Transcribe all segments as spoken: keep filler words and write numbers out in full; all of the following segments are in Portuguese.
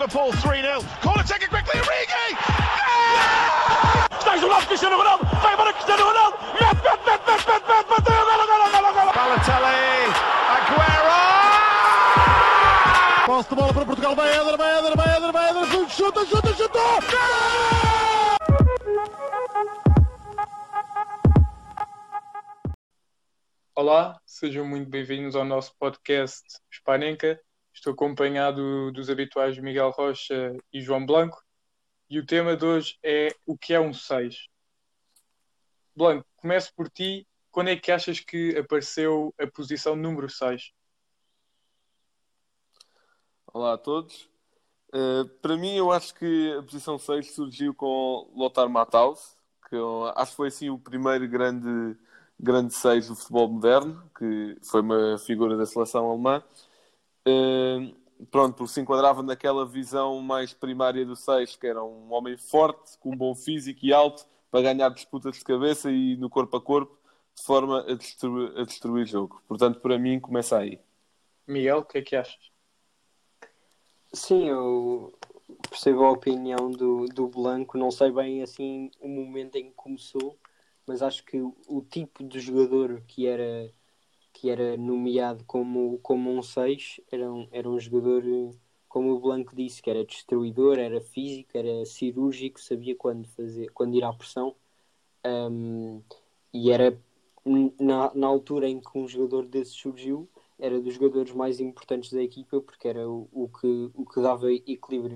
Liverpool three nil. Corner taken quickly, Origi! Está isolado Cristiano Ronaldo, vai embora Cristiano Ronaldo, mete, mete, mete, mete, mete, mete, bateu, golo, golo, golo, golo. Balotelli, Aguero! Posse de bola para Portugal, vai Éder, vai Éder, vai Éder, vai Éder, chuta, chuta, chuta! Olá, sejam muito bem-vindos ao nosso podcast Hispanenca. Estou acompanhado dos habituais Miguel Rocha e João Blanco. E o tema de hoje é o que é um seis. Blanco, começo por ti. Quando é que achas que apareceu a posição número seis? Olá a todos. Uh, para mim, eu acho que a posição seis surgiu com Lothar Matthaus, que eu acho que foi assim o primeiro grande, grande seis do futebol moderno, que foi uma figura da seleção alemã. Uh, pronto, porque se enquadrava naquela visão mais primária do seis, que era um homem forte, com um bom físico e alto, para ganhar disputas de cabeça e no corpo a corpo, de forma a destruir, a destruir o jogo. Portanto, para mim, começa aí. Miguel, o que é que achas? Sim, eu percebo a opinião do, do Blanco. Não sei bem assim o momento em que começou, mas acho que o, o tipo de jogador que era, que era nomeado como, como um seis era um, era um jogador, como o Blanco disse, que era destruidor, era físico, era cirúrgico, sabia quando, fazer, quando ir à pressão. Um, e era na, na altura em que um jogador desse surgiu, era dos jogadores mais importantes da equipa, porque era o, o, que, o que dava equilíbrio.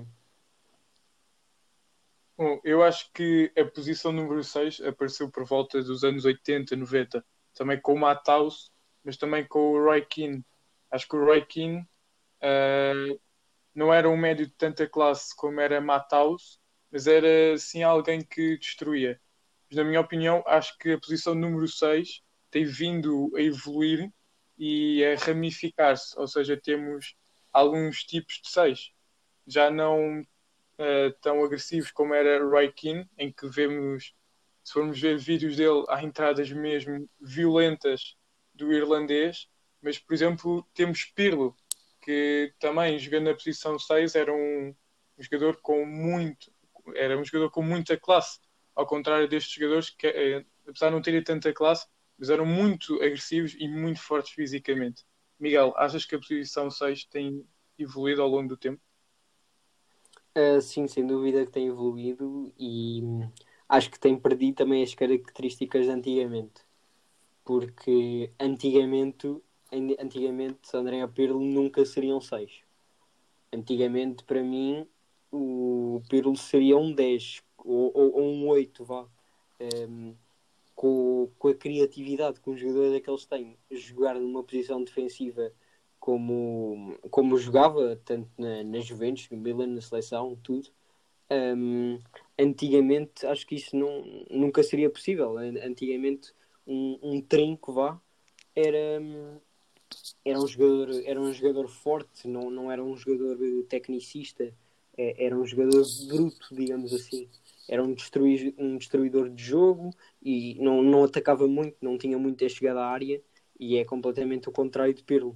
Bom, eu acho que a posição número seis apareceu por volta dos anos oitenta, noventa, também com o Matthaus, mas também com o Roy Keane. Acho que o Roy Keane uh, não era um médio de tanta classe como era Matthaus, mas era sim alguém que destruía. Mas, na minha opinião, acho que a posição número seis tem vindo a evoluir e a ramificar-se, ou seja, temos alguns tipos de seis, já não uh, tão agressivos como era Roy Keane, em que vemos, se formos ver vídeos dele, há entradas mesmo violentas do irlandês, mas, por exemplo, temos Pirlo, que também, jogando na posição seis, era um, um jogador com muito, era um jogador com muita classe, ao contrário destes jogadores que, eh, apesar de não terem tanta classe, mas eram muito agressivos e muito fortes fisicamente. Miguel, achas que a posição seis tem evoluído ao longo do tempo? Uh, sim, sem dúvida que tem evoluído e hum, acho que tem perdido também as características de antigamente. Porque antigamente, antigamente André Pirlo nunca seria um seis. Antigamente, para mim, o Pirlo seria um dez ou, ou, ou um oito, vá. Um, Com, com a criatividade que um jogador daqueles tem, jogar numa posição defensiva como, como jogava, tanto na, na Juventus, no Milan, na seleção, tudo. Um, antigamente, acho que isso não, nunca seria possível. Antigamente, um, um trinco, vá, era, era, um jogador, era um jogador forte, não, não era um jogador tecnicista, era um jogador bruto, digamos assim. Era um, destruir, um destruidor de jogo e não, não atacava muito, não tinha muita chegada à área, e é completamente o contrário de Pirlo.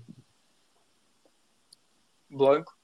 Blanco?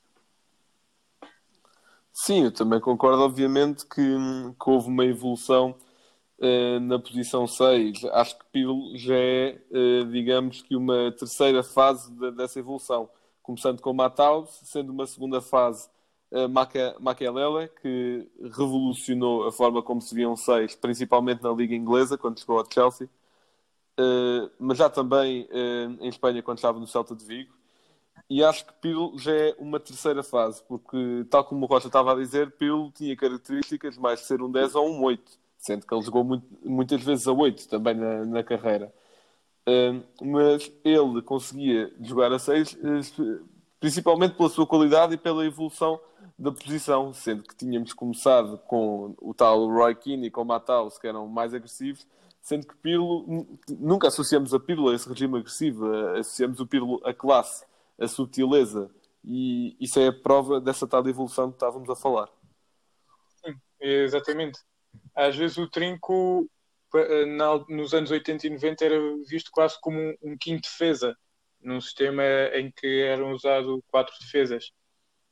Sim, eu também concordo, obviamente, que, que houve uma evolução uh, na posição seis. Acho que Pirlo já é, uh, digamos que, uma terceira fase de, dessa evolução. Começando com Matthaus, sendo uma segunda fase Uh, Makelele, que revolucionou a forma como se viam seis, principalmente na Liga Inglesa, quando chegou ao Chelsea, uh, mas já também uh, em Espanha, quando estava no Celta de Vigo. E acho que Pirlo já é uma terceira fase, porque, tal como o Rocha estava a dizer, Pirlo tinha características mais de ser um dez ou um oito, sendo que ele jogou muito, muitas vezes a oito também na, na carreira. Uh, mas ele conseguia jogar a seis, uh, principalmente pela sua qualidade e pela evolução da posição, sendo que tínhamos começado com o tal Roy Keane e com o Matthaus, que eram mais agressivos, sendo que Pirlo, nunca associamos a Pirlo a esse regime agressivo, associamos o Pirlo a classe, a sutileza, e isso é a prova dessa tal evolução que estávamos a falar. Sim, exatamente. Às vezes o trinco, nos anos oitenta e noventa, era visto quase como um, um quinto defesa, num sistema em que eram usados quatro defesas.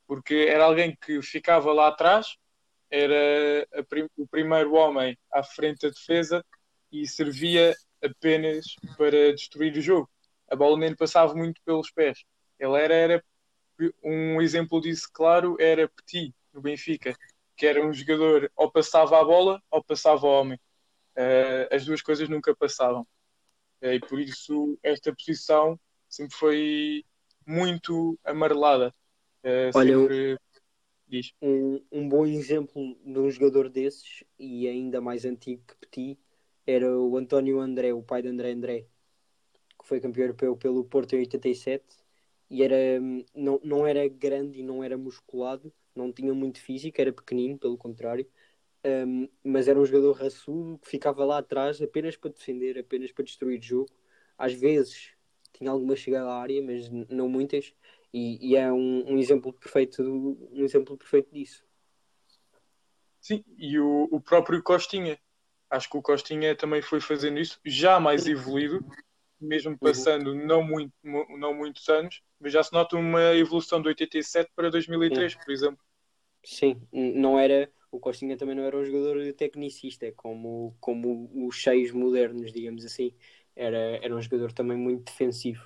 porque era alguém que ficava lá atrás, era a prim- o primeiro homem à frente da defesa e servia apenas para destruir o jogo. A bola nem lhe passava muito pelos pés. Ele era, era um exemplo disso, claro, era Petit, no Benfica, que era um jogador ou passava a bola ou passava o homem. Uh, as duas coisas nunca passavam. Uh, e por isso esta posição sempre foi muito amarelada. Uh, Olha, eu- sempre diz. Um, um bom exemplo de um jogador desses, e ainda mais antigo que Petit, era o António André, o pai de André André, que foi campeão europeu pelo Porto em oitenta e sete, e era, não, não era grande e não era musculado, não tinha muito físico, era pequenino, pelo contrário, um, mas era um jogador raçudo que ficava lá atrás apenas para defender, apenas para destruir o jogo. Às vezes tinha alguma chegada à área, mas n- não muitas, e, e é um, um exemplo perfeito, um exemplo perfeito disso. Sim, e o, o próprio Costinha. Acho que o Costinha também foi fazendo isso, já mais evoluído, mesmo Uhum. passando não, muito, mu- não muitos anos, mas já se nota uma evolução de oitenta e sete para dois mil e três, por exemplo. Sim, n- não era, o Costinha também não era um jogador tecnicista, como, como os cheios modernos, digamos assim. Era, era um jogador também muito defensivo.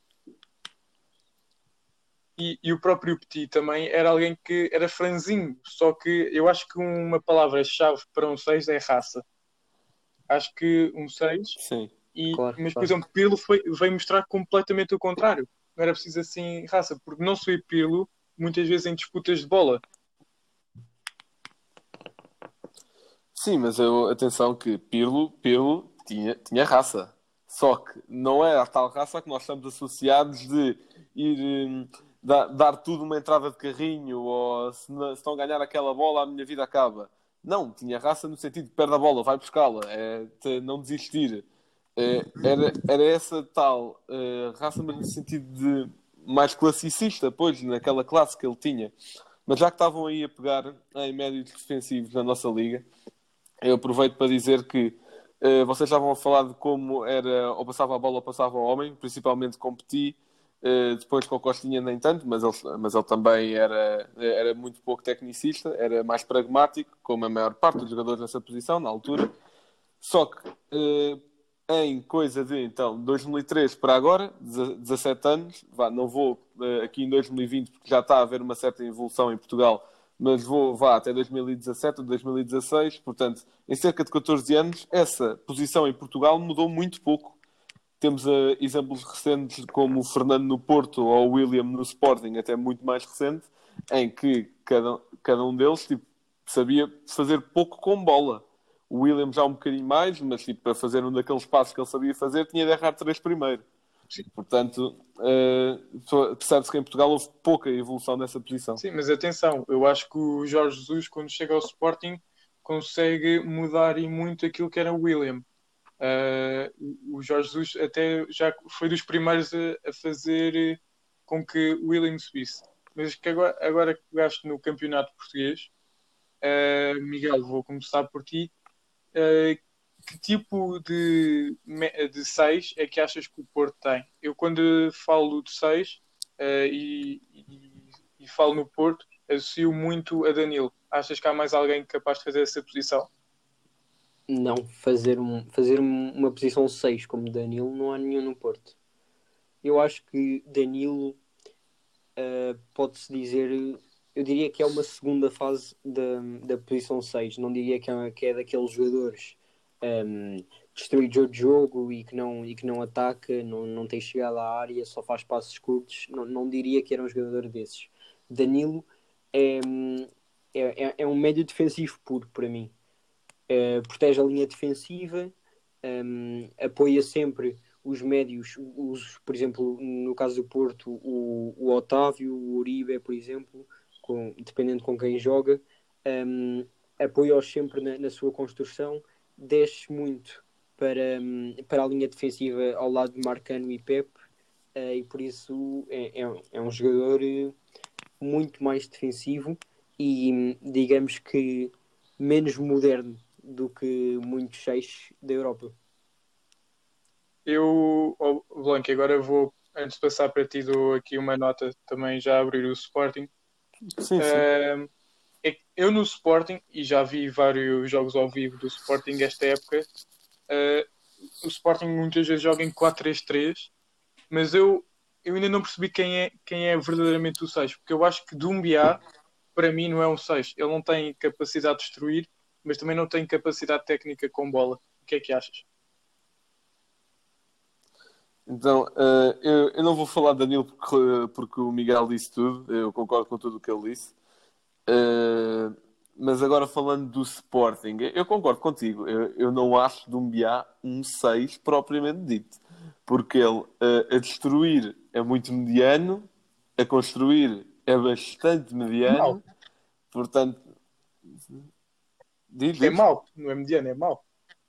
E, e o próprio Petit também era alguém que era franzinho, só que eu acho que uma palavra-chave para um seis é raça. Acho que um seis, Sim. e, Claro, mas por claro. exemplo, Pirlo foi, veio mostrar completamente o contrário. Não era preciso assim raça, porque não sou Pirlo muitas vezes em disputas de bola. Sim, mas eu, atenção que Pirlo, Pirlo tinha, tinha raça. Só que não é a tal raça que nós estamos associados de ir hum, dar, dar tudo uma entrada de carrinho ou se não, se não ganhar aquela bola a minha vida acaba. Não, tinha raça no sentido de perde a bola, vai buscá-la, é de não desistir. É, era, era essa tal eh, raça, mas no sentido de mais classicista, pois, naquela classe que ele tinha. Mas já que estavam aí a pegar em médios defensivos na nossa liga, eu aproveito para dizer que eh, vocês já vão a falar de como era ou passava a bola ou passava o homem, principalmente com Petit, eh, depois com o Costinha nem tanto, mas ele, mas ele também era, era muito pouco tecnicista, era mais pragmático, como a maior parte dos jogadores nessa posição, na altura. Só que eh, em coisa de então dois mil e três para agora, dezassete anos, vá, não vou eh, aqui em dois mil e vinte porque já está a haver uma certa evolução em Portugal, mas vou vá até dois mil e dezassete ou dois mil e dezasseis, portanto, em cerca de catorze anos, essa posição em Portugal mudou muito pouco. Temos uh, exemplos recentes como o Fernando no Porto ou o William no Sporting, até muito mais recente, em que cada, cada um deles tipo, sabia fazer pouco com bola. O William já um bocadinho mais, mas tipo, para fazer um daqueles passos que ele sabia fazer, tinha de errar três primeiro. Sim. Portanto, uh, percebe-se que em Portugal houve pouca evolução nessa posição. Sim, mas atenção, eu acho que o Jorge Jesus, quando chega ao Sporting, consegue mudar e muito aquilo que era o William. Uh, o Jorge Jesus até já foi dos primeiros a, a fazer com que o William subisse. Mas que agora, agora que gasto no campeonato português, uh, Miguel, vou começar por ti. Uh, que tipo de, de seis é que achas que o Porto tem? Eu, quando falo de seis uh, e, e, e falo no Porto, associo muito a Danilo. Achas que há mais alguém capaz de fazer essa posição? Não, fazer, um, fazer uma posição seis como Danilo não há nenhum no Porto. Eu acho que Danilo uh, pode-se dizer, eu diria que é uma segunda fase da, da posição seis. Não diria que é, que é daqueles jogadores um, destruidor de jogo e que não, e que não ataca, não, não tem chegada à área, só faz passos curtos. Não, não diria que era um jogador desses. Danilo é, é, é um médio defensivo puro para mim. Uh, protege a linha defensiva, um, apoia sempre os médios, os, por exemplo, no caso do Porto, o, o Otávio, o Uribe, por exemplo, com, dependendo com quem joga, um, apoia-os sempre na, na sua construção, desce muito para, um, para a linha defensiva ao lado de Marcano e Pepe, uh, e por isso é, é, é um jogador muito mais defensivo e digamos que menos moderno do que muitos seis da Europa. Eu, oh, Blanco, agora vou, antes de passar para ti, dou aqui uma nota também já a abrir o Sporting. Sim, sim. Uh, é que eu no Sporting, e já vi vários jogos ao vivo do Sporting esta época, uh, o Sporting muitas vezes joga em quatro três três, mas eu, eu ainda não percebi quem é, quem é verdadeiramente o seis, porque eu acho que Doumbia, para mim, não é um seis. Ele não tem capacidade de destruir, mas também não tem capacidade técnica com bola. O que é que achas? Então, uh, eu, eu não vou falar de Danilo porque, porque o Miguel disse tudo, eu concordo com tudo o que ele disse. Uh, mas agora falando do Sporting, eu concordo contigo. Eu, eu não acho Doumbia um seis propriamente dito, porque ele uh, a destruir é muito mediano, a construir é bastante mediano, Mau. portanto, diz, É diz. mau, não é mediano, é mau.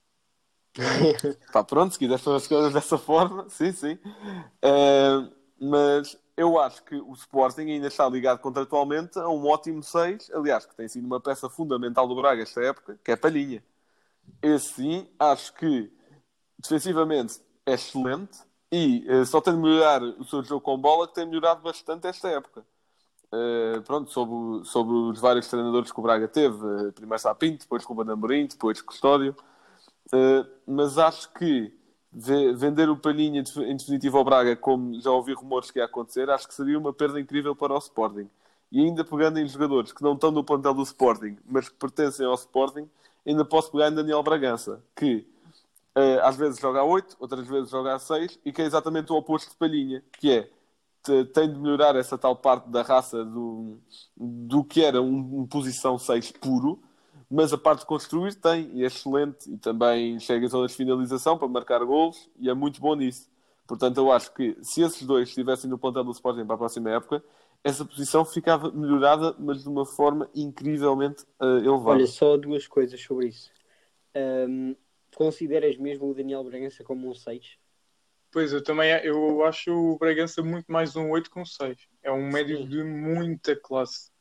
Pá, pronto, se quiseres fazer as coisas dessa forma, sim, sim. Uh, mas eu acho que o Sporting ainda está ligado contratualmente a um ótimo seis, aliás, que tem sido uma peça fundamental do Braga esta época, que é Palhinha. Esse sim, acho que defensivamente é excelente e uh, só tem de melhorar o seu jogo com bola, que tem melhorado bastante esta época. Uh, pronto, sobre, sobre os vários treinadores que o Braga teve, uh, primeiro Sapinto, depois Ruben Amorim, depois Custódio. Uh, mas acho que ve- vender o Palhinha em definitivo ao Braga, como já ouvi rumores que ia acontecer, acho que seria uma perda incrível para o Sporting. E ainda pegando em jogadores que não estão no plantel do Sporting, mas que pertencem ao Sporting, ainda posso pegar em Daniel Bragança, que uh, às vezes joga a oito, outras vezes joga a seis, e que é exatamente o oposto de Palhinha, que é te- tem de melhorar essa tal parte da raça do, do que era um, um posição seis puro, mas a parte de construir tem, e é excelente, e também chega a zonas de finalização para marcar golos, e é muito bom nisso. Portanto, eu acho que se esses dois estivessem no plantel do Sporting para a próxima época, essa posição ficava melhorada, mas de uma forma incrivelmente uh, elevada. Olha, só duas coisas sobre isso. Um, consideras mesmo o Daniel Bragança como um seis? Pois, eu também eu acho o Bragança muito mais um oito que um seis. É um médio Sim. de muita classe.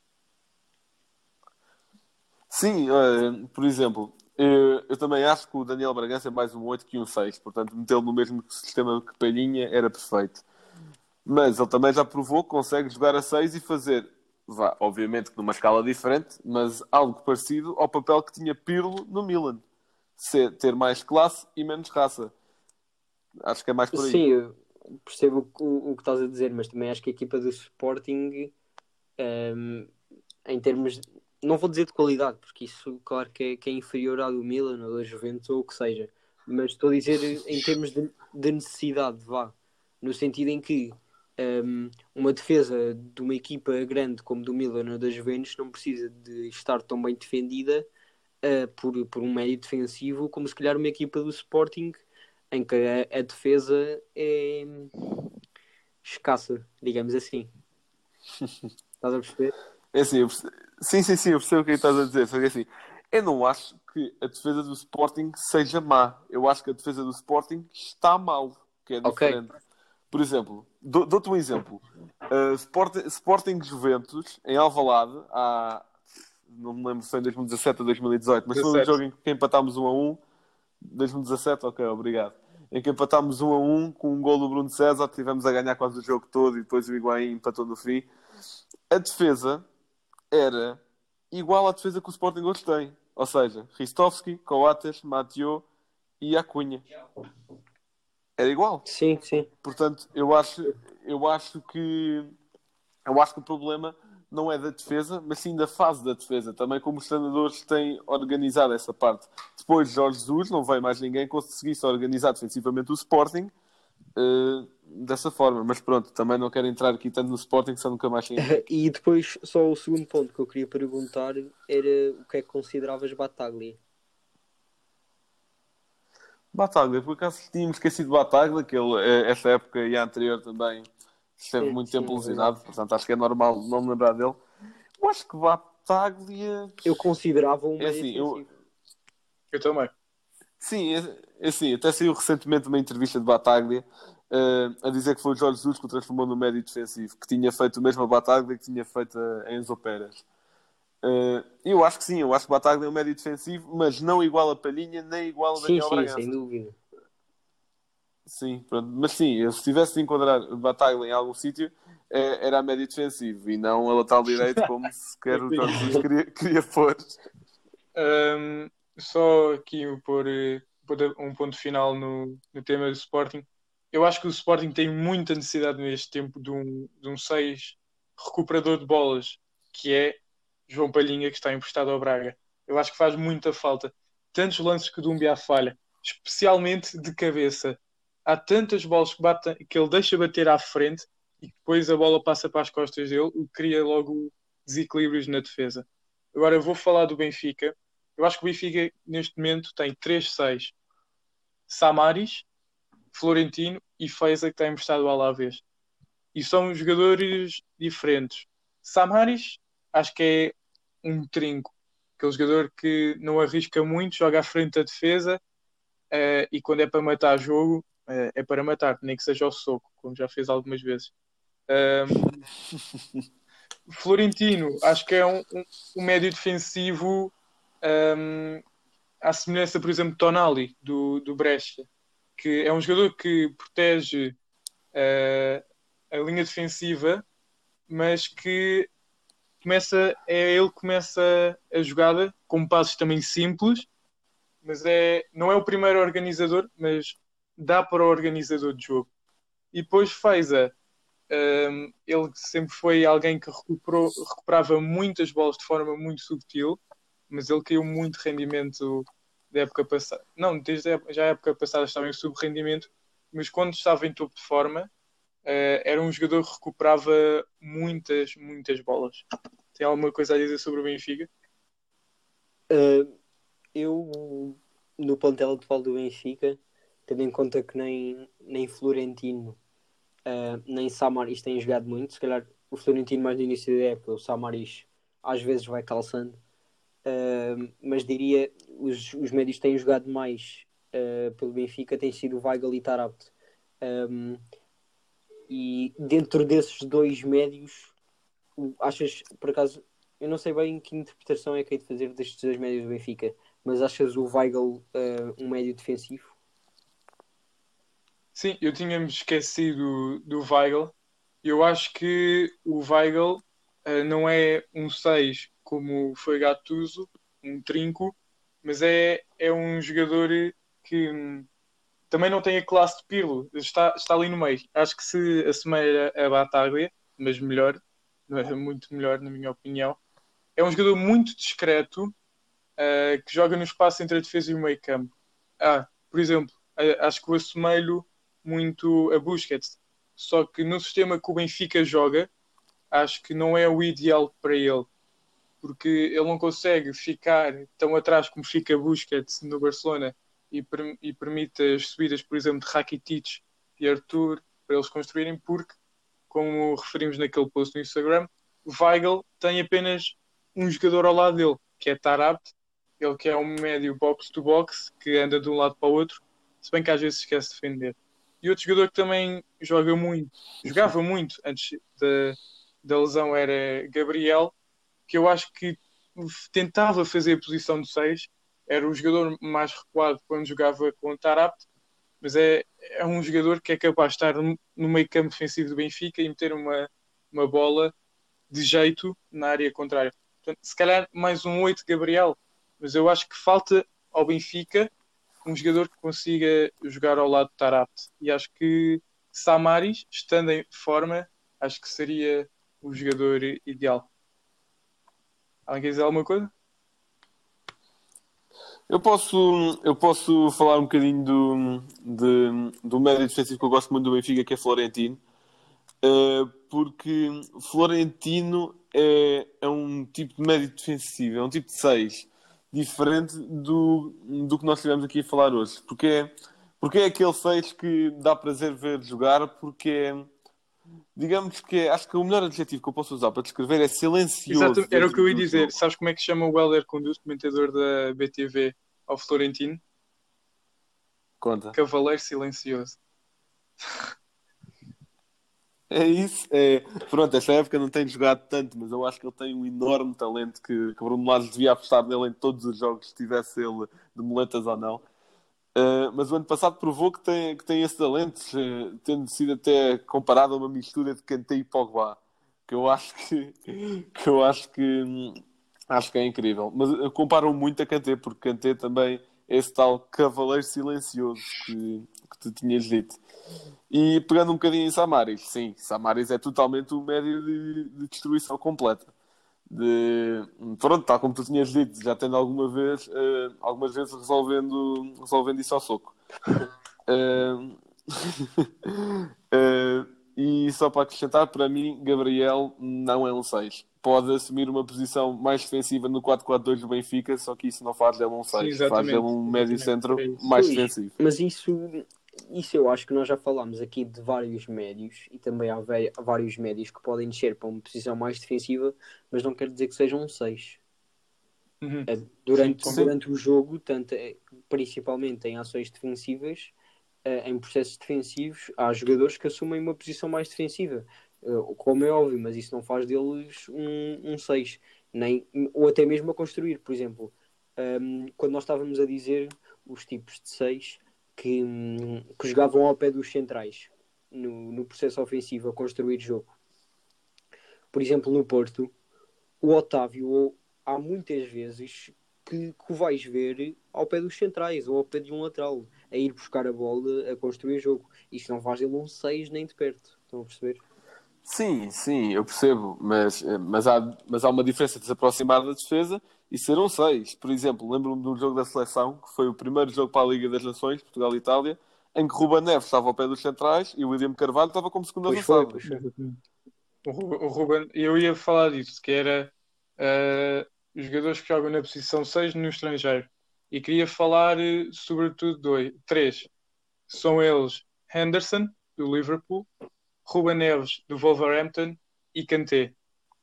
Sim, uh, por exemplo, eu, eu também acho que o Daniel Bragança é mais um oito que um seis, portanto, metê-lo no mesmo sistema que Palhinha era perfeito. Mas ele também já provou que consegue jogar a seis e fazer, vá, obviamente que numa escala diferente, mas algo parecido ao papel que tinha Pirlo no Milan. Ser, ter mais classe e menos raça. Acho que é mais por aí. Sim, eu percebo o, o que estás a dizer, mas também acho que a equipa do Sporting, um, em termos, de- não vou dizer de qualidade, porque isso, claro, que é, que é inferior à do Milan ou da Juventus ou o que seja, mas estou a dizer em termos de, de necessidade, vá, no sentido em que um, uma defesa de uma equipa grande como do Milan ou da Juventus não precisa de estar tão bem defendida uh, por, por um médio defensivo como se calhar uma equipa do Sporting em que a, a defesa é escassa, digamos assim. Estás a perceber? É assim, eu perce- sim, sim, sim, eu percebo o que é que estás a dizer. Só que assim, eu não acho que a defesa do Sporting seja má. Eu acho que a defesa do Sporting está mal, que é Ok. diferente. Por exemplo, dou- dou-te um exemplo. Uh, Sporting, Sporting Juventus, em Alvalade, há... não me lembro se foi em dois mil e dezassete ou dois mil e dezoito, mas foi um dezassete. jogo em que empatámos um a um. dois mil e dezassete, ok, obrigado. Em que empatámos um a um com um gol do Bruno César, tivemos a ganhar quase o jogo todo e depois o Higuaín empatou no fim. A defesa era igual à defesa que o Sporting hoje tem. Ou seja, Ristovski, Coates, Mathieu e Acunha. Era igual. Sim, sim. Portanto, eu acho, eu acho que eu acho que o problema não é da defesa, mas sim da fase da defesa. Também como os treinadores têm organizado essa parte. Depois de Jorge Jesus, não veio mais ninguém que conseguisse organizar defensivamente o Sporting uh, dessa forma. Mas pronto, também não quero entrar aqui tanto no Sporting, que só nunca mais tinha. E depois, só o segundo ponto que eu queria perguntar era o que é que consideravas Bataglia? Bataglia, por acaso tínhamos esquecido de Bataglia, que ele, eh, esta época e a anterior também esteve Sim, muito sim, tempo é lesionado, verdade. portanto acho que é normal não me lembrar dele. Eu acho que Bataglia. Eu considerava um É médio assim, eu, defensivo. Eu também. sim, é, é assim, até saiu recentemente uma entrevista de Bataglia eh, a dizer que foi o Jorge Jesus que o transformou no médio defensivo, que tinha feito o mesmo a Bataglia que tinha feito a Enzo Pérez. Eh, eu acho que sim, eu acho que Bataglia é um médio defensivo, mas não igual a Palhinha, nem igual a Sim, Daniel sim, sem Bragança. dúvida. Sim, pronto. Mas sim, eu, se tivesse de enquadrar Bataglia em algum sítio, é- era a médio defensivo e não a lateral direito, como sequer o Jorge Jesus queria, queria pôr. Um, só aqui pôr, eh, pôr um ponto final no, no tema do Sporting. Eu acho que o Sporting tem muita necessidade neste tempo de um, de um seis recuperador de bolas, que é João Palhinha, que está emprestado ao Braga. Eu acho que faz muita falta. Tantos lances que o Doumbia falha, especialmente de cabeça. Há tantas bolas que, batem, que ele deixa bater à frente e depois a bola passa para as costas dele, o que cria logo desequilíbrios na defesa. Agora eu vou falar do Benfica. Eu acho que o Benfica, neste momento, tem três seis. Samaris, Florentino e Feza, que está emprestado ao Alavés. E são jogadores diferentes. Samaris, acho que é um trinco. Aquele jogador que não arrisca muito, joga à frente da defesa uh, e quando é para matar jogo, uh, é para matar, nem que seja ao soco, como já fez algumas vezes. Um, Florentino, acho que é um, um, um médio defensivo um, à semelhança, por exemplo, de Tonali, do, do Brescia, que é um jogador que protege uh, a linha defensiva, mas que começa, é ele que começa a jogada com passos também simples, mas é, não é o primeiro organizador, mas dá para o organizador de jogo. E depois Feza, um, ele sempre foi alguém que recuperou, recuperava muitas bolas de forma muito subtil, mas ele caiu muito rendimento da época passada. Não, desde a, já a época passada estava em sub-rendimento, mas quando estava em topo de forma, uh, era um jogador que recuperava muitas, muitas bolas. Tem alguma coisa a dizer sobre o Benfica? Uh, eu, no plantel atual do Benfica, tendo em conta que nem, nem Florentino, uh, nem Samaris têm jogado muito, se calhar o Florentino mais no início da época, o Samaris às vezes vai calçando, uh, mas diria os, os médios que têm jogado mais uh, pelo Benfica têm sido o Weigl e Taarabt. Um, e dentro desses dois médios, achas, por acaso, eu não sei bem que interpretação é que hei de fazer destes dois médios do Benfica, mas achas o Weigl uh, um médio defensivo? Sim, eu tinha-me esquecido do Weigl. Eu acho que o Weigl uh, não é um seis como foi Gattuso, um trinco, mas é, é um jogador que hum, também não tem a classe de Pirlo, está, está ali no meio. Acho que se assemelha a Bataglia, mas melhor, muito melhor na minha opinião. É um jogador muito discreto, uh, que joga no espaço entre a defesa e o meio campo. Ah, por exemplo, uh, acho que o assemelho muito a Busquets, só que no sistema que o Benfica joga, acho que não é o ideal para ele, porque ele não consegue ficar tão atrás como fica Busquets no Barcelona e, per- e permite as subidas, por exemplo, de Rakitic e Arthur para eles construírem, porque, como referimos naquele post no Instagram, o Weigl tem apenas um jogador ao lado dele, que é Taarabt, ele que é um médio box-to-box, que anda de um lado para o outro, se bem que às vezes esquece de defender. E outro jogador que também joga muito, jogava muito antes da, da lesão era Gabriel, que eu acho que tentava fazer a posição de seis, era o jogador mais recuado quando jogava com o Taarabt, mas é, é um jogador que é capaz de estar no meio campo defensivo do Benfica e meter uma, uma bola de jeito na área contrária. Portanto, se calhar mais um oito Gabriel, mas eu acho que falta ao Benfica um jogador que consiga jogar ao lado de Taarabt. E acho que Samaris, estando em forma, acho que seria o jogador ideal. Alguém quer dizer alguma coisa? Eu posso, eu posso falar um bocadinho do, de, do médio defensivo que eu gosto muito do Benfica, que é Florentino. Uh, porque Florentino é, é um tipo de médio defensivo, é um tipo de seis, diferente do, do que nós tivemos aqui a falar hoje. Porque é, porque é aquele seis que dá prazer ver jogar, porque é, digamos que é, acho que o melhor adjetivo que eu posso usar para descrever é silencioso. Exato, era o que eu ia dentro do dizer. jogo. Sabes como é que chama o Helder Conduz, comentador da B T V, ao Florentino? Conta. Cavaleiro silencioso. É isso. É, pronto, esta época não tem jogado tanto, mas eu acho que ele tem um enorme talento que, que Bruno Lage devia apostar nele em todos os jogos, se tivesse ele de muletas ou não. Uh, mas o ano passado provou que tem, que tem esse talento, uh, tendo sido até comparado a uma mistura de Kanté e Pogba, que eu acho que, que eu acho que hum, acho que é incrível. Mas uh, comparam muito a Kanté, porque Kanté também é esse tal cavaleiro silencioso que, que tu tinhas dito. E pegando um bocadinho em Samaris, sim, Samaris é totalmente um médio de, de destruição completa. De, pronto, tal como tu tinhas dito, já tendo alguma vez, uh, algumas vezes resolvendo, resolvendo isso ao soco. Uh, uh, e só para acrescentar, para mim, Gabriel não é um seis. Pode assumir uma posição mais defensiva no quatro quatro dois do Benfica, só que isso não faz dele um seis, Sim, faz dele um médio centro mais Pois, defensivo. mas isso, isso eu acho que nós já falámos aqui de vários médios e também há ve- vários médios que podem descer para uma posição mais defensiva, mas não quer dizer que sejam um seis. Uhum. É, Durante, Sim, durante o jogo, tanto, eh, principalmente em ações defensivas, eh, em processos defensivos, há jogadores que assumem uma posição mais defensiva, eh, como é óbvio, mas isso não faz deles um, um seis, nem, ou até mesmo a construir, por exemplo, um, quando nós estávamos a dizer os tipos de seis que, um, que jogavam ao pé dos centrais no, no processo ofensivo, a construir jogo. Por exemplo, no Porto, o Otávio, há muitas vezes que, que o vais ver ao pé dos centrais ou ao pé de um lateral, a ir buscar a bola, a construir jogo. Isto não faz dele um seis nem de perto. Estão a perceber? Sim, sim, eu percebo, mas, mas, há, mas há uma diferença de se aproximar da defesa e ser um seis. Por exemplo, lembro-me de um jogo da seleção, que foi o primeiro jogo para a Liga das Nações, Portugal e Itália, em que Ruben Neves estava ao pé dos centrais e o William Carvalho estava como segundo Pois foi, avançado. pois foi. exatamente. O, Ru- o Ruben, eu ia falar disso, que era eh, os jogadores que jogam na posição seis no estrangeiro. E queria falar eh, sobretudo dois, três. São eles Henderson, do Liverpool, Ruben Neves, do Wolverhampton e Kanté.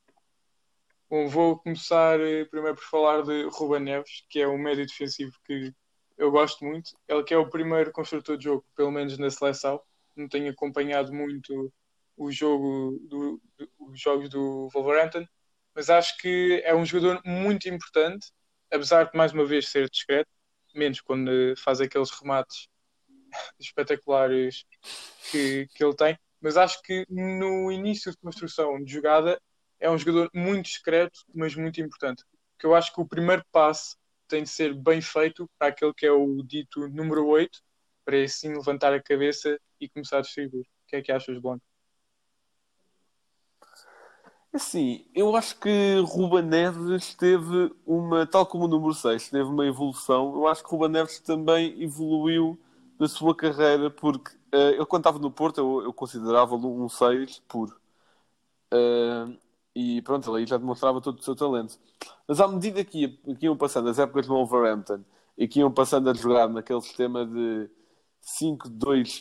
Bom, vou começar eh, primeiro por falar de Ruben Neves, que é um médio defensivo que eu gosto muito. Ele que é o primeiro construtor de jogo, pelo menos na seleção. Não tenho acompanhado muito o jogo do, do- os jogos do Wolverhampton, mas acho que é um jogador muito importante, apesar de mais uma vez ser discreto, menos quando eh, faz aqueles remates espetaculares que, que ele tem, mas acho que no início de construção de jogada é um jogador muito discreto, mas muito importante. Porque eu acho que o primeiro passo tem de ser bem feito para aquele que é o dito número oito, para assim levantar a cabeça e começar a distribuir. O que é que achas, Blanco? Assim, eu acho que Ruben Neves teve uma, tal como o número seis, teve uma evolução. Eu acho que Ruben Neves também evoluiu na sua carreira, porque eh, ele, quando estava no Porto, eu, eu considerava-lo um seis puro. Eh, e pronto, ele aí já demonstrava todo o seu talento. Mas à medida que, ia, que iam passando as épocas no Wolverhampton e que iam passando a jogar naquele sistema de cinco dois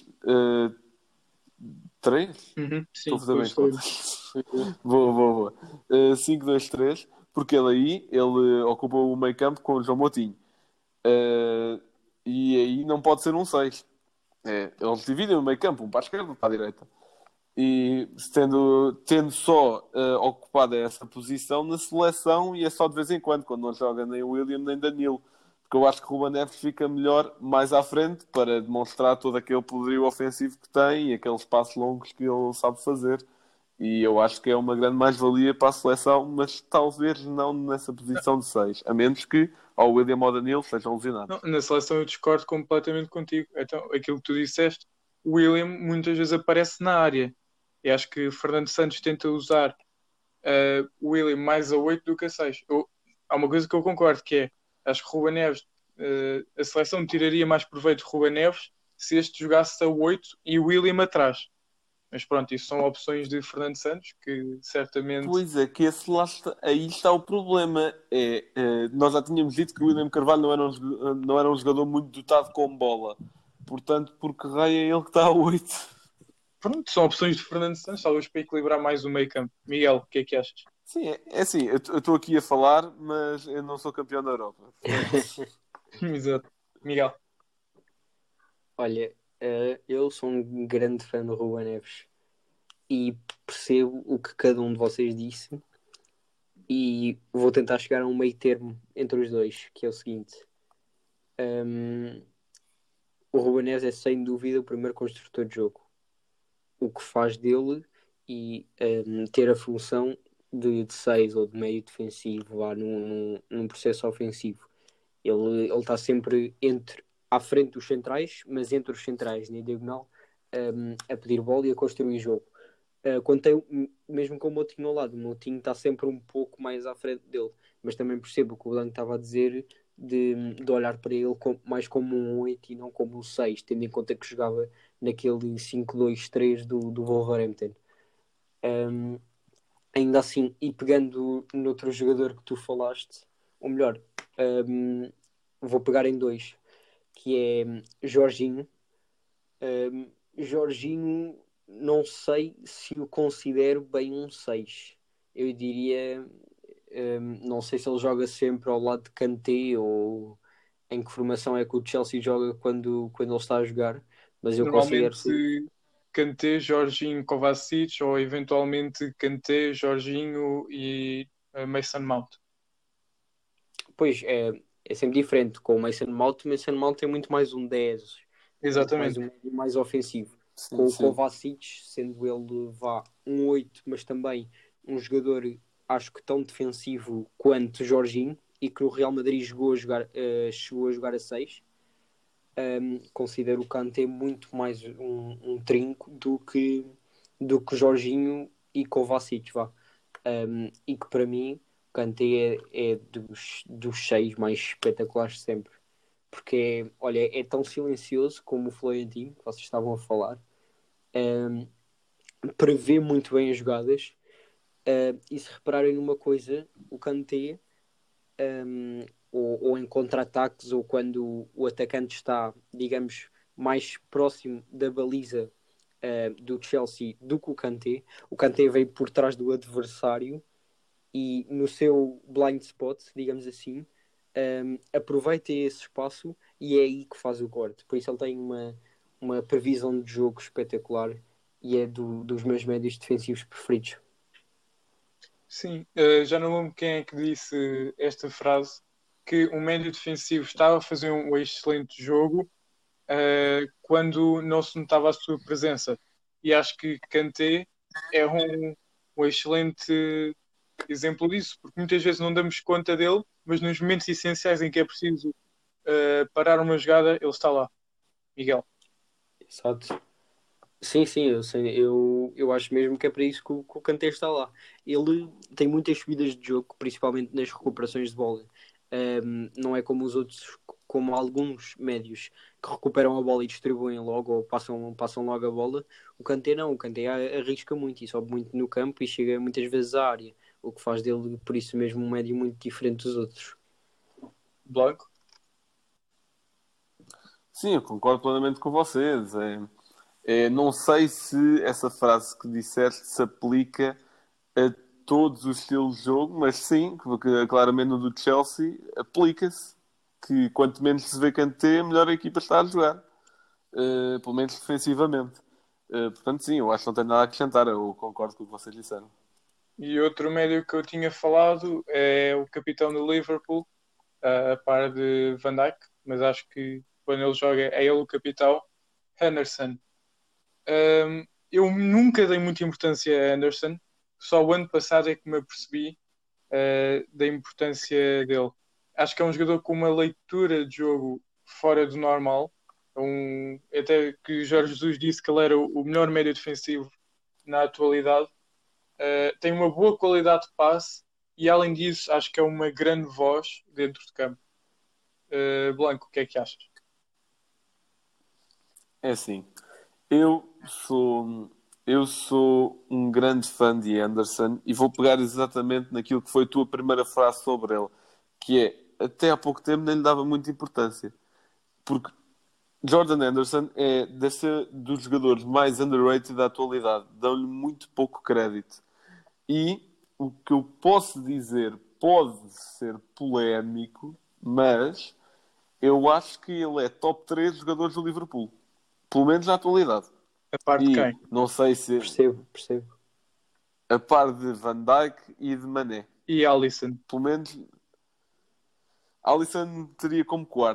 três, Uhum, estou a sim, fazer bem pois as foi. contas. Boa, boa, boa. Uh, cinco dois três, porque ele aí ele ocupou o meio campo com o João Moutinho. Uh, e aí não pode ser um seis. É, eles dividem o meio campo, um para a esquerda, um para a direita. E tendo, tendo só uh, ocupado essa posição na seleção, e é só de vez em quando, quando não joga nem o William nem Danilo. Porque eu acho que o Ruben Neves fica melhor mais à frente para demonstrar todo aquele poderio ofensivo que tem e aqueles passos longos que ele sabe fazer. E eu acho que é uma grande mais-valia para a seleção, mas talvez não nessa posição de seis, a menos que ao William ou Danilo sejam Não, lesionados. na seleção eu discordo completamente contigo. Então, aquilo que tu disseste, o William muitas vezes aparece na área. E acho que Fernando Santos tenta usar uh, o William mais a oito do que a seis. Eu, há uma coisa que eu concordo, que é, acho que Ruben Neves, uh, a seleção tiraria mais proveito de Ruben Neves se este jogasse a oito e o William atrás. Mas pronto, isso são opções de Fernando Santos, que certamente... Pois é, que esse lá está, aí está o problema. É, é, nós já tínhamos dito que o William Carvalho não era, um, joga- não era um jogador muito dotado com bola. Portanto, por que raio é ele que está a oito? Pronto, são opções de Fernando Santos, talvez para equilibrar mais o meio campo. Miguel, o que é que achas? Sim, é, é assim, eu estou aqui a falar, mas eu não sou campeão da Europa. Exato. Miguel. Olha, eh, eu sou um grande fã do Ruben Neves e percebo o que cada um de vocês disse e vou tentar chegar a um meio termo entre os dois, que é o seguinte. Hum, o Ruben Neves é sem dúvida o primeiro construtor de jogo. O que faz dele e um, ter a função de, de seis ou de meio defensivo lá num, num, num processo ofensivo. Ele está sempre entre, à frente dos centrais, mas entre os centrais, na diagonal, um, a pedir bola e a construir jogo. Uh, quando tem, mesmo com o Moutinho ao lado, o Moutinho está sempre um pouco mais à frente dele, mas também percebo o que o Blanco estava a dizer de, de olhar para ele com, mais como um oito e não como um seis, tendo em conta que jogava naquele cinco dois três do, do Wolverhampton. Um, ainda assim, e pegando no outro jogador que tu falaste, ou melhor, um, vou pegar em dois, que é Jorginho. Um, Jorginho, não sei se o considero bem um seis. Eu diria, um, não sei se ele joga sempre ao lado de Kanté ou em que formação é que o Chelsea joga quando, quando ele está a jogar, mas eu considero Normalmente Kanté, Jorginho, Kovacic ou eventualmente Kanté, Jorginho e uh, Mason Mount. Pois, é, é sempre diferente. Com o Mason Mount, o Mason Mount é muito mais um dez, Exatamente. mais, um, mais ofensivo. Sim, Com sim. o Kovacic, sendo ele vá um oito, mas também um jogador, acho que tão defensivo quanto Jorginho, e que o Real Madrid jogou a jogar, uh, chegou a jogar a seis. Um, considero o Kanté muito mais um, um trinco do que, do que Jorginho e Kovacic, vá. Um, e que para mim o Kanté é, é dos, dos seis mais espetaculares de sempre, porque olha, é tão silencioso como o Florentino que vocês estavam a falar, um, prevê muito bem as jogadas, uh, e se repararem numa coisa, o Kanté um, ou, ou em contra-ataques ou quando o atacante está, digamos, mais próximo da baliza uh, do Chelsea do que o Kanté, o Kanté vem por trás do adversário e no seu blind spot, digamos assim, um, aproveita esse espaço e é aí que faz o corte. Por isso ele tem uma, uma previsão de jogo espetacular e é do, dos meus médios defensivos preferidos. Sim, uh, já não lembro quem é que disse esta frase, que um médio defensivo estava a fazer um excelente jogo uh, quando não se notava a sua presença. E acho que Kanté é um, um excelente exemplo disso, porque muitas vezes não damos conta dele, mas nos momentos essenciais em que é preciso uh, parar uma jogada, ele está lá. Miguel. Exato. Sim, sim, eu, sei, eu, eu acho mesmo que é para isso que o, que o Kanté está lá. Ele tem muitas subidas de jogo, principalmente nas recuperações de bola. Um, não é como os outros, como alguns médios que recuperam a bola e distribuem logo ou passam, passam logo a bola. O Kanté não, o Kanté arrisca muito e sobe muito no campo e chega muitas vezes à área, o que faz dele, por isso mesmo, um médio muito diferente dos outros. Blanco? Sim, eu concordo plenamente com vocês. É, é, não sei se essa frase que disseste se aplica a todos os estilos de jogo, mas sim, porque claramente no do Chelsea aplica-se que quanto menos se vê Kanté, melhor a equipa está a jogar. Uh, pelo menos defensivamente. Uh, portanto, sim, eu acho que não tenho nada a acrescentar. Eu concordo com o que vocês disseram. E outro médio que eu tinha falado é o capitão do Liverpool, uh, a par de Van Dijk, mas acho que quando ele joga é ele o capitão, Henderson. Um, eu nunca dei muita importância a Henderson, só o ano passado é que me apercebi uh, da importância dele. Acho que é um jogador com uma leitura de jogo fora do normal, um, até que Jorge Jesus disse que ele era o melhor médio defensivo na atualidade. Uh, tem uma boa qualidade de passe e, além disso, acho que é uma grande voz dentro de campo. Uh, Blanco, o que é que achas? É assim, eu sou, eu sou um grande fã de Henderson e vou pegar exatamente naquilo que foi a tua primeira frase sobre ele, que é, até há pouco tempo nem lhe dava muita importância, porque Jordan Henderson é desse, dos jogadores mais underrated da atualidade, dão-lhe muito pouco crédito. E o que eu posso dizer pode ser polémico, mas eu acho que ele é top três jogadores do Liverpool. Pelo menos na atualidade. A par de E quem? não sei se... Percebo, percebo. A par de Van Dijk e de Mané. E Alisson. Pelo menos... Alisson teria como quarto.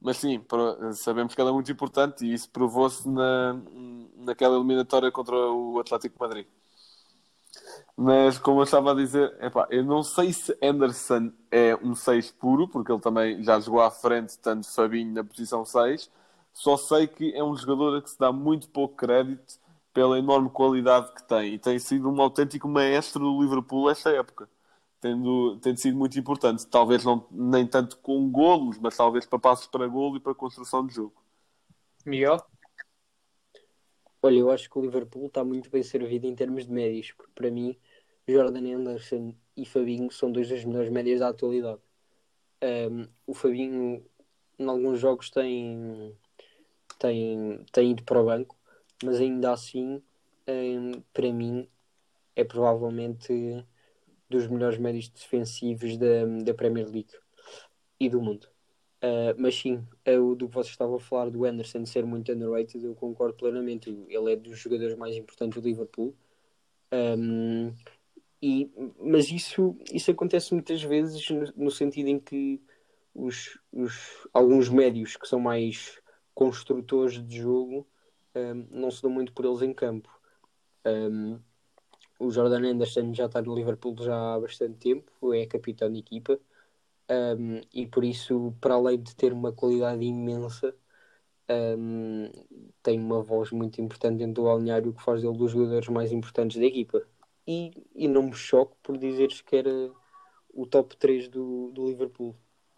mas sim, pro- sabemos que ela é muito importante e isso provou-se na, naquela eliminatória contra o Atlético de Madrid. Mas, como eu estava a dizer, epá, eu não sei se Anderson é um seis puro, porque ele também já jogou à frente, tanto Fabinho na posição seis. Só sei que é um jogador a que se dá muito pouco crédito pela enorme qualidade que tem. E tem sido um autêntico maestro do Liverpool esta época. Tendo, tendo sido muito importante. Talvez não, nem tanto com golos, mas talvez para passos para golo e para construção de jogo. Miguel? Olha, eu acho que o Liverpool está muito bem servido em termos de médios, porque para mim, Jordan Anderson e Fabinho são dois das melhores médias da atualidade. Um, o Fabinho, em alguns jogos, tem, tem, tem ido para o banco, mas ainda assim, um, para mim, é provavelmente dos melhores médios defensivos da, da Premier League e do mundo. Uh, mas sim, é o do que vocês estavam a falar do Anderson ser muito underrated, eu concordo plenamente. Ele é dos jogadores mais importantes do Liverpool. Um, e, mas isso, isso acontece muitas vezes no, no sentido em que os, os, alguns médios que são mais construtores de jogo um, não se dão muito por eles em campo. Um, o Jordan Anderson já está no Liverpool já há bastante tempo, é capitão de equipa. Um, e por isso, para além de ter uma qualidade imensa, um, tem uma voz muito importante dentro do balneário que faz dele dos jogadores mais importantes da equipa. E, e não me choco por dizeres que era o top três do, do Liverpool.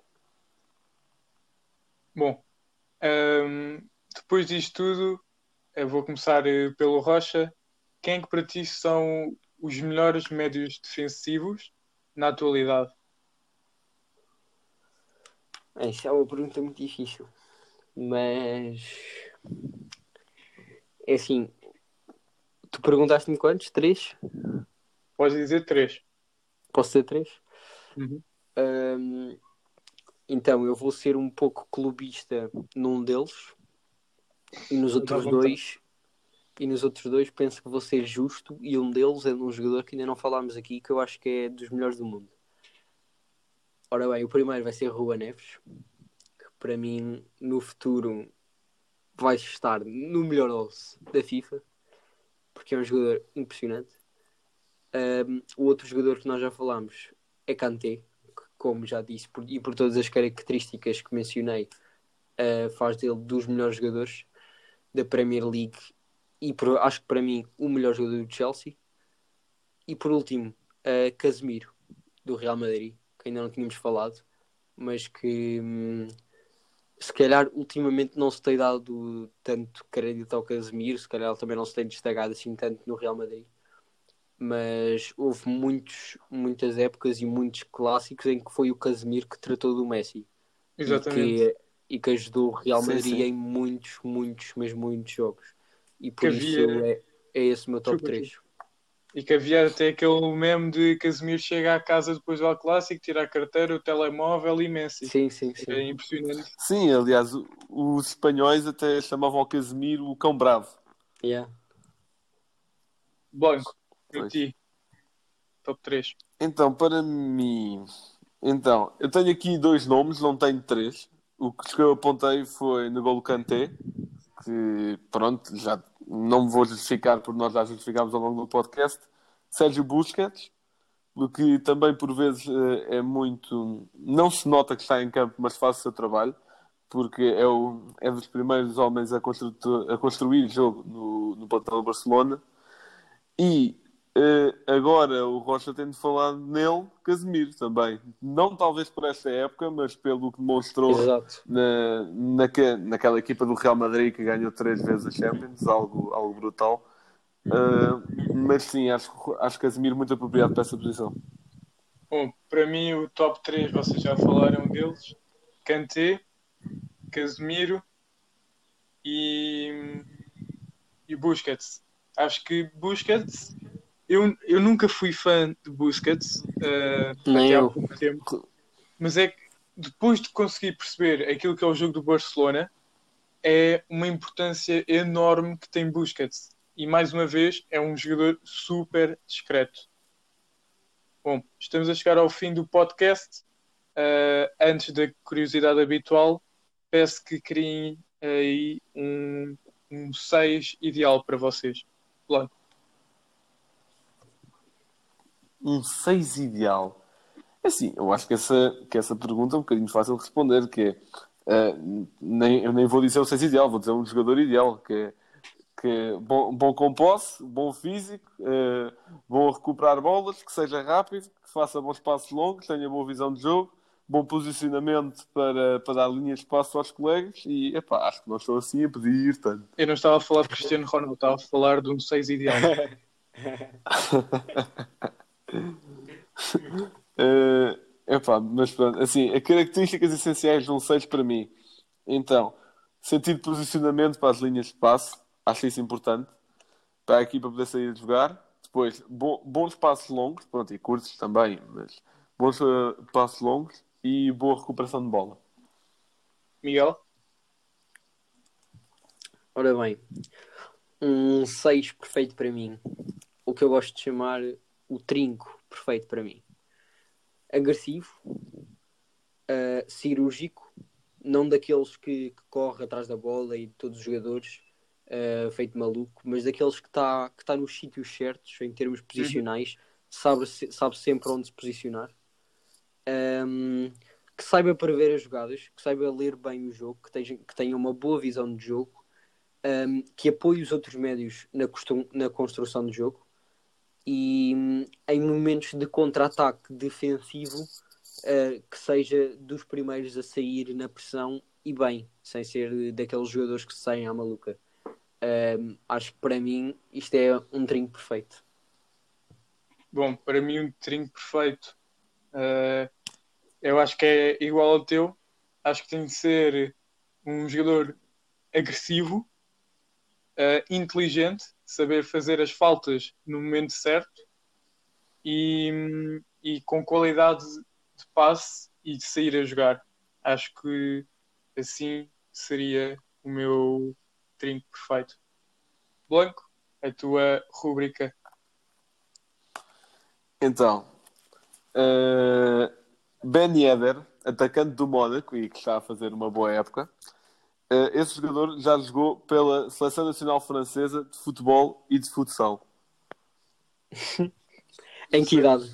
Bom, hum, depois disto tudo, eu vou começar eh, pelo Rocha. Quem é que para ti são os melhores médios defensivos na atualidade? É, isso é uma pergunta muito difícil, mas é assim, tu perguntaste-me quantos? Três? Podes dizer três. Posso ser três? Uhum. Um, então, eu vou ser um pouco clubista num deles e nos Dá outros vontade. dois e nos outros dois penso que vou ser justo e um deles é de um jogador que ainda não falámos aqui que eu acho que é dos melhores do mundo. Ora bem, o primeiro vai ser Rua Neves, que para mim no futuro vai estar no melhor onze da FIFA, porque é um jogador impressionante. Um, o outro jogador que nós já falámos é Kanté, que, como já disse, por, e por todas as características que mencionei, uh, faz dele dos melhores jogadores da Premier League e por, acho que para mim o melhor jogador do Chelsea. E por último, uh, Casemiro, do Real Madrid, que ainda não tínhamos falado, mas que hum, se calhar ultimamente não se tem dado tanto crédito ao Casemiro, se calhar também não se tem destacado assim tanto no Real Madrid. Mas houve muitos, muitas épocas e muitos clássicos em que foi o Casemiro que tratou do Messi e Exatamente. que, e que ajudou o Real Sim, Madrid sim. em muitos, muitos, mesmo muitos jogos. E Que por isso havia- é, é esse o meu top Desculpa, três. E que havia até aquele meme de Casemiro chega à casa depois do Al Clássico, tira a carteira, o telemóvel e Messi. Sim, sim, É sim. impressionante. Sim, aliás, o- os espanhóis até chamavam o Casemiro o cão bravo. Yeah. Blanco, para Pois. ti, top três. Então, para mim... Então, eu tenho aqui dois nomes, não tenho três. O que eu apontei foi no Golo Kanté, que, pronto, já não me vou justificar porque nós já justificámos ao longo do podcast. Sérgio Busquets, o que também por vezes eh, é muito... Não se nota que está em campo, mas faz o seu trabalho, porque é, o, é dos primeiros homens a construir, a construir jogo no, no plantel do Barcelona. E eh, agora o Rocha tem de falar nele, Casemiro também. Não talvez por esta época, mas pelo que demonstrou Exato. na, naque, naquela equipa do Real Madrid que ganhou três vezes a Champions, algo, algo brutal. Uh, mas sim, acho, acho Casemiro muito apropriado para essa posição. Bom, para mim o top três, vocês já falaram deles. Kanté, Casemiro e, e Busquets. Acho que Busquets... Eu, eu nunca fui fã de Busquets, uh, Nem até há eu. pouco tempo. Mas é que depois de conseguir perceber aquilo que é o jogo do Barcelona, é uma importância enorme que tem Busquets. E mais uma vez, é um jogador super discreto. Bom, estamos a chegar ao fim do podcast. Uh, antes da curiosidade habitual, peço que criem aí um, um seis ideal para vocês. Blanco. Um seis ideal. É assim, eu acho que essa, que essa pergunta é um bocadinho fácil de responder, que é, uh, nem, eu nem vou dizer o seis ideal, vou dizer um jogador ideal, que é, que é bom, bom com posse, bom físico, uh, bom a recuperar bolas, que seja rápido, que faça bons passos longos, tenha boa visão de jogo, bom posicionamento para, para dar linha de espaço aos colegas e, epá, acho que não estou assim a pedir tanto. Eu não estava a falar de Cristiano Ronaldo, estava a falar de um seis ideal. Uh, epá, mas pronto, assim, as características essenciais de um seis para mim. Então, sentido de posicionamento para as linhas de passe, acho isso importante para a equipa poder sair a jogar. Depois, bo- bons passos longos, pronto, e curtos também, mas bons uh, passos longos e boa recuperação de bola. Miguel? Ora bem, um seis perfeito para mim. O que eu gosto de chamar o trinco perfeito para mim. Agressivo, uh, cirúrgico, não daqueles que, que corre atrás da bola e de todos os jogadores, uh, feito maluco, mas daqueles que está que tá nos sítios certos, em termos posicionais, sabe, sabe sempre onde se posicionar, um, que saiba prever as jogadas, que saiba ler bem o jogo, que tenha, que tenha uma boa visão de jogo, um, que apoie os outros médios na, costum, na construção de jogo. E em momentos de contra-ataque defensivo, uh, que seja dos primeiros a sair na pressão e bem, sem ser daqueles jogadores que saem à maluca. Uh, acho que para mim isto é um trinco perfeito. Bom, para mim um trinco perfeito, uh, eu acho que é igual ao teu. Acho que tem de ser um jogador agressivo, uh, inteligente, saber fazer as faltas no momento certo e, e com qualidade de passe e de sair a jogar. Acho que assim seria o meu trinco perfeito. Blanco, a tua rúbrica. Então, uh, Ben Yedder, atacante do Mónaco e que está a fazer uma boa época. Uh, esse jogador já jogou pela Seleção Nacional Francesa de Futebol e de Futsal. Em que idade?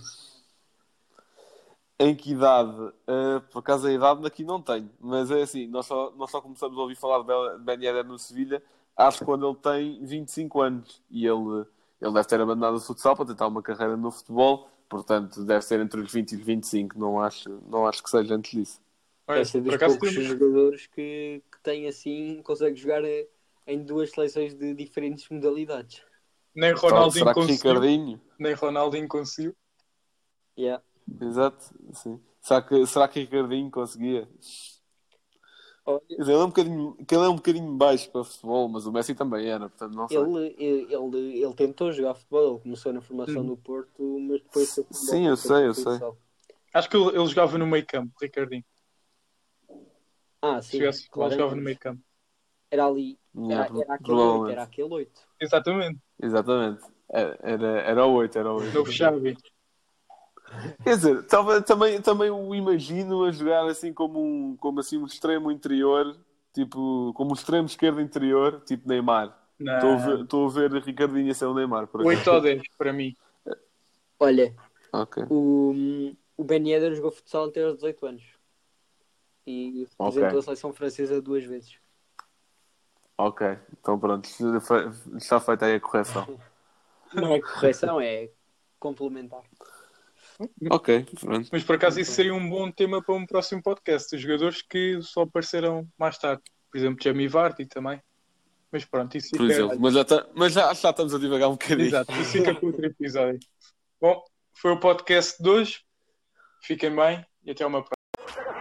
Em que idade? Uh, por acaso a idade aqui não tenho, mas é assim, nós só, nós só começamos a ouvir falar de Ben Yedder no Sevilha, acho que quando ele tem vinte e cinco anos e ele, ele deve ter abandonado o futsal para tentar uma carreira no futebol, portanto deve ser entre os vinte e os vinte e cinco, não acho, não acho que seja antes disso. Olha, Esse é dos por acaso poucos temos- jogadores que, que tem assim, consegue jogar eh, em duas seleções de diferentes modalidades. nem Então, Ronaldinho será que conseguiu. Ricardinho? Nem Ronaldinho conseguiu. Yeah. Exato, sim. Será que, será que Ricardinho conseguia? Olha, Quer dizer, ele é um bocadinho, que ele é um bocadinho baixo para futebol, mas o Messi também era, portanto não sei. ele, ele, ele, ele tentou jogar futebol, ele começou na formação Uhum. do Porto, mas depois foi futebol, Sim, eu foi sei, eu futsal. Acho que ele, ele jogava no meio campo, Ricardinho. Ah, Se sim, jogasse futebol, claramente. jogava no meio campo. Era ali, Yeah, era, pro- era aquele provavelmente. oito, era aquele oito. Exatamente. Exatamente. Era, era, era o oito, era o oito. Novo Xavi. Quer dizer, talvez, também, também o imagino a jogar assim como um, como assim um extremo interior, tipo, como um extremo esquerdo interior, tipo Neymar. Estou a ver, Não. estou a ver Ricardinho a ser o Neymar, por oito exemplo. ou dez, para mim. Olha, Ok. o, o Ben Yedder jogou futsal até aos dezoito anos. E representou Ok. a seleção francesa duas vezes. Ok, então pronto, está feita aí a correção. Não é correção, é complementar. Ok, pronto. Mas por acaso isso seria um bom tema para um próximo podcast. Os jogadores que só apareceram mais tarde. Por exemplo, Jamie Vardy também. Mas pronto, isso Por fica... exemplo, mas já, tá, mas já, já estamos a divagar um bocadinho. Exato, isso fica para outro episódio. Bom, foi o podcast de hoje. Fiquem bem e até uma próxima.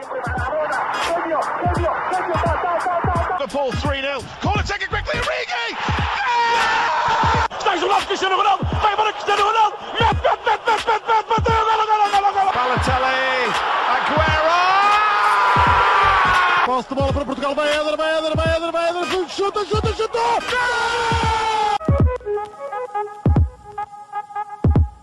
Liverpool three nil. Corner taken quickly. Origi! Está jogado Cristiano Ronaldo, vai embora Cristiano Ronaldo, mete, mete, mete, mete, mete, mete, bateu, golo, golo, golo, golo. Balotelli. Aguero! Posse de bola para Portugal, vai Éder, vai Éder, vai Éder, vai Éder, chuta, chuta, chuta! Gol!